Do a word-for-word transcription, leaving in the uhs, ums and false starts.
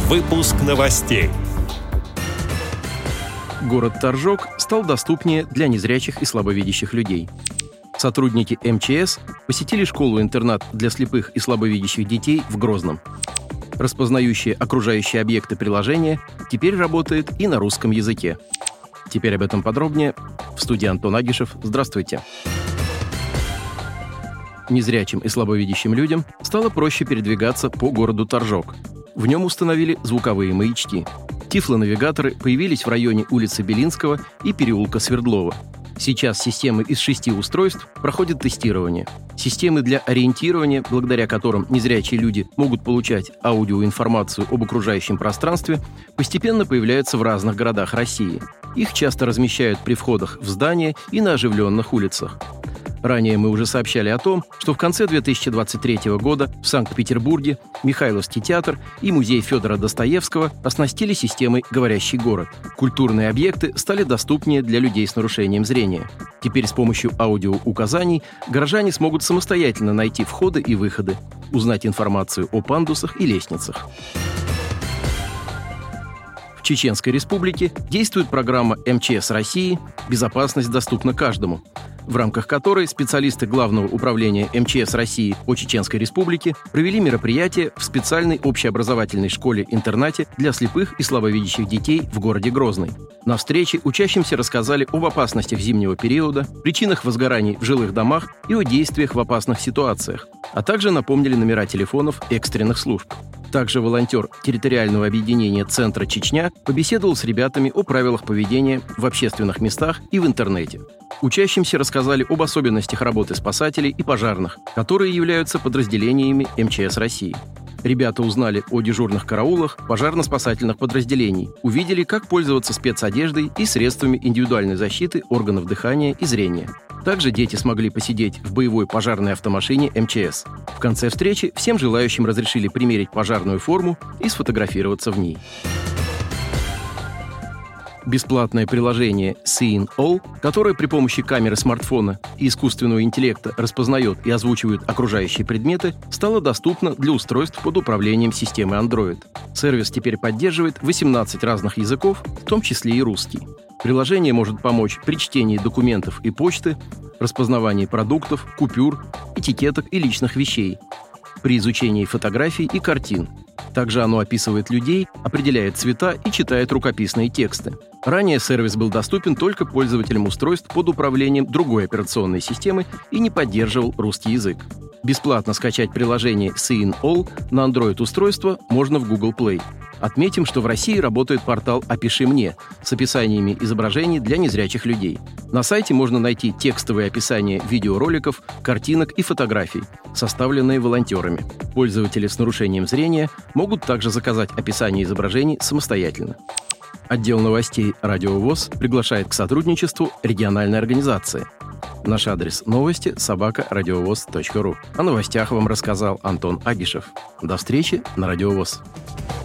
Выпуск новостей. Город Торжок стал доступнее для незрячих и слабовидящих людей. Сотрудники эм че эс посетили школу-интернат для слепых и слабовидящих детей в Грозном. Распознающее окружающие объекты приложение теперь работает и на русском языке. Теперь об этом подробнее. В студии Антон Агишев. Здравствуйте. Незрячим и слабовидящим людям стало проще передвигаться по городу Торжок. В нем установили звуковые маячки. Тифлонавигаторы появились в районе улицы Белинского и переулка Свердлова. Сейчас системы из шести устройств проходят тестирование. Системы для ориентирования, благодаря которым незрячие люди могут получать аудиоинформацию об окружающем пространстве, постепенно появляются в разных городах России. Их часто размещают при входах в здания и на оживленных улицах. Ранее мы уже сообщали о том, что в конце две тысячи двадцать третьего года в Санкт-Петербурге Михайловский театр и музей Федора Достоевского оснастили системой «Говорящий город». Культурные объекты стали доступнее для людей с нарушением зрения. Теперь с помощью аудиоуказаний горожане смогут самостоятельно найти входы и выходы, узнать информацию о пандусах и лестницах. В Чеченской Республике действует программа эм че эс России «Безопасность доступна каждому», в рамках которой специалисты Главного управления эм че эс России по Чеченской Республике провели мероприятие в специальной общеобразовательной школе-интернате для слепых и слабовидящих детей в городе Грозный. На встрече учащимся рассказали об опасностях зимнего периода, причинах возгораний в жилых домах и о действиях в опасных ситуациях, а также напомнили номера телефонов экстренных служб. Также волонтер территориального объединения «Центра Чечня» побеседовал с ребятами о правилах поведения в общественных местах и в интернете. Учащимся рассказали об особенностях работы спасателей и пожарных, которые являются подразделениями эм че эс России. Ребята узнали о дежурных караулах пожарно-спасательных подразделений, увидели, как пользоваться спецодеждой и средствами индивидуальной защиты органов дыхания и зрения. Также дети смогли посидеть в боевой пожарной автомашине эм че эс. В конце встречи всем желающим разрешили примерить пожарную форму и сфотографироваться в ней. Бесплатное приложение Seeing All, которое при помощи камеры смартфона и искусственного интеллекта распознает и озвучивает окружающие предметы, стало доступно для устройств под управлением системы Android. Сервис теперь поддерживает восемнадцать разных языков, в том числе и русский. Приложение может помочь при чтении документов и почты, распознавании продуктов, купюр, этикеток и личных вещей, при изучении фотографий и картин. Также оно описывает людей, определяет цвета и читает рукописные тексты. Ранее сервис был доступен только пользователям устройств под управлением другой операционной системы и не поддерживал русский язык. Бесплатно скачать приложение Seeing All на Android-устройство можно в Google Play. Отметим, что в России работает портал «Опиши мне» с описаниями изображений для незрячих людей. На сайте можно найти текстовые описания видеороликов, картинок и фотографий, составленные волонтерами. Пользователи с нарушением зрения могут также заказать описание изображений самостоятельно. Отдел новостей «Радио ВОС» приглашает к сотрудничеству региональной организации. Наш адрес новости собака радиовоз точка ру. О новостях вам рассказал Антон Агишев. До встречи на Радио ВОС.